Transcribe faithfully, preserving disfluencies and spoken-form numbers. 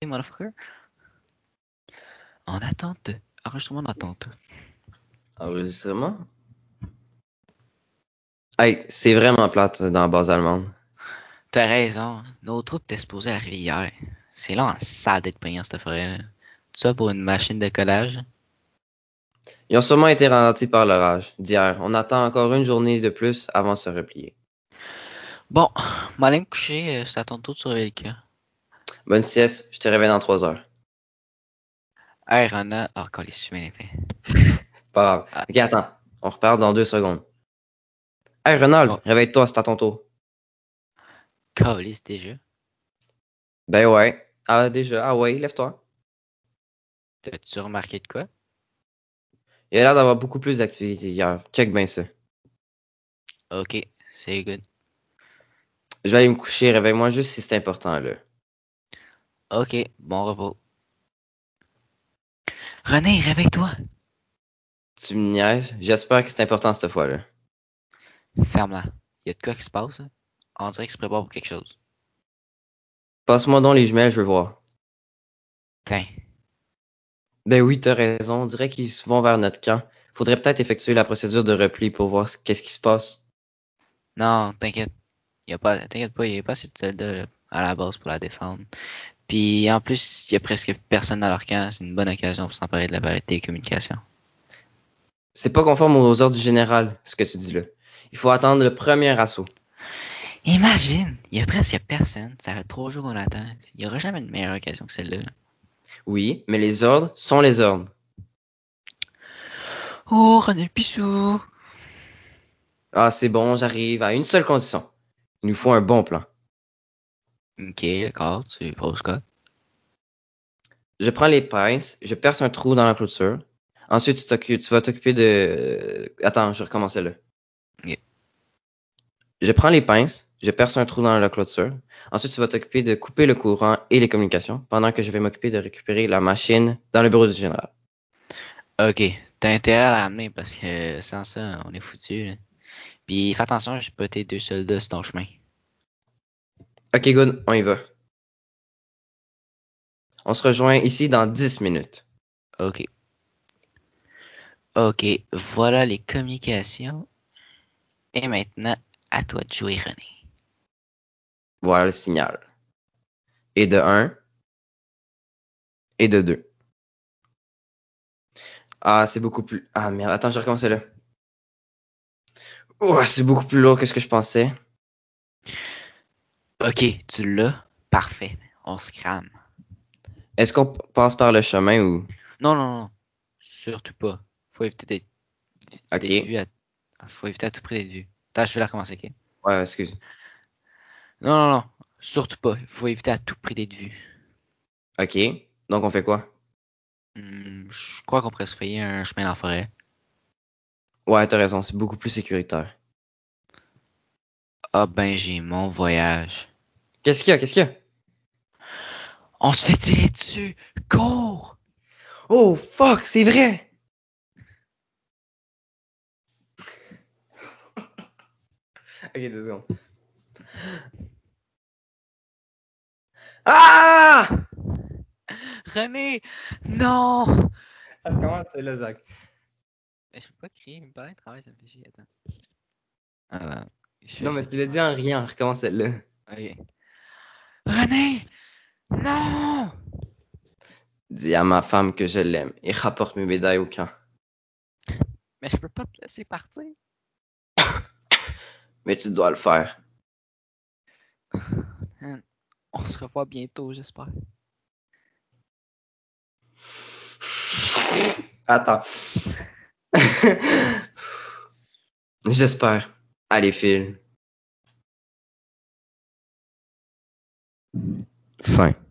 motherfucker. En attente. Enregistrement d'attente. Enregistrement? Hey, c'est vraiment plate dans la base allemande. T'as raison. Nos troupes étaient supposées arriver hier. C'est là en salle d'être payé en cette forêt-là. Tout ça pour une machine de collage. Ils ont sûrement été ralentis par l'orage d'hier. On attend encore une journée de plus avant de se replier. Bon, m'aller me coucher, euh, c'est à ton tour de surveiller le cas. Bonne sieste, je te réveille dans trois heures. Hey, Rona. Ah, quand les sumains les fait. Pas grave. Ah, Ok, attends. On repart dans deux secondes. Hey, Ronald, oh, réveille-toi, c'est à ton tour. calice déjà. Ben ouais. Ah, déjà. Ah ouais, lève-toi. T'as-tu remarqué de quoi? Il y a l'air d'avoir beaucoup plus d'activités hier. Check bien ça. Ok, c'est good. Je vais aller me coucher, réveille-moi juste si c'est important, là. Ok, bon repos. René, réveille-toi. Tu me niaises? J'espère que c'est important cette fois-là. Ferme-la. Y a de quoi qui se passe, là? On dirait qu'il se prépare pour quelque chose. Passe-moi donc les jumelles, je veux voir. Tiens. Ben oui, t'as raison. On dirait qu'ils se vont vers notre camp. Faudrait peut-être effectuer la procédure de repli pour voir ce- qu'est-ce qui se passe. Non, t'inquiète. Y a pas, t'inquiète pas, y a pas assez de soldats là, à la base pour la défendre. Puis en plus, y a presque personne dans leur camp. C'est une bonne occasion pour s'emparer de l'appareil de télécommunication. C'est pas conforme aux ordres du général, ce que tu dis là. Il faut attendre le premier assaut. Imagine, y a presque personne. Ça fait trois jours qu'on attend. Y aura jamais une meilleure occasion que celle-là. Là. Oui, mais les ordres sont les ordres. Oh, René le Pissou! Ah, c'est bon, j'arrive à une seule condition. Il nous faut un bon plan. Ok, d'accord, tu poses quoi? Je prends les pinces, je perce un trou dans la clôture. Ensuite, tu, t'occupes- tu vas t'occuper de... euh, Attends, je recommence là. Ok. Je prends les pinces, je perce un trou dans la clôture. Ensuite, tu vas t'occuper de couper le courant et les communications, pendant que je vais m'occuper de récupérer la machine dans le bureau du général. Ok, t'as intérêt à la ramener parce que sans ça, on est foutu. Là. Puis fais attention, j'ai pas tes deux soldats sur ton chemin. Ok, good, on y va. On se rejoint ici dans dix minutes. Ok. Ok, voilà les communications. Et maintenant, à toi de jouer, René. Voilà le signal. Et de un, et de deux. Ah, c'est beaucoup plus... Ah merde, attends, je recommence là. Oh, c'est beaucoup plus lourd que ce que je pensais. Ok, tu l'as. Parfait. On se crame. Est-ce qu'on p- passe par le chemin ou... Non, non, non. Surtout pas. Faut éviter d'être d'être Ok. vu à... Faut éviter à tout prix d'être vu. Attends, je vais la recommencer, ok? Ouais, excuse. Non, non, non. Surtout pas. Faut éviter à tout prix d'être vu. Ok. Donc on fait quoi? Hmm, je crois qu'on pourrait se frayer un chemin dans la forêt. Ouais, t'as raison, c'est beaucoup plus sécuritaire. Ah ben, j'ai mon voyage. Qu'est-ce qu'il y a? Qu'est-ce qu'il y a? On se fait tirer dessus! Cours! Oh, fuck, c'est vrai! Ok, deux secondes. Ah! René! Non! Ah, comment c'est là, Zach? Je peux pas crier, mais pareil, travail, ça me fait chier, attends. Ah ben, je fais, Non, je mais fais tu l'as crier. dit en riant, recommence celle-là. Ok. René! Non! Dis à ma femme que je l'aime et rapporte mes médailles au camp. Mais je peux pas te laisser partir. Mais tu dois le faire. Man, on se revoit bientôt, j'espère. Attends. J'espère. Allez, file. Fin.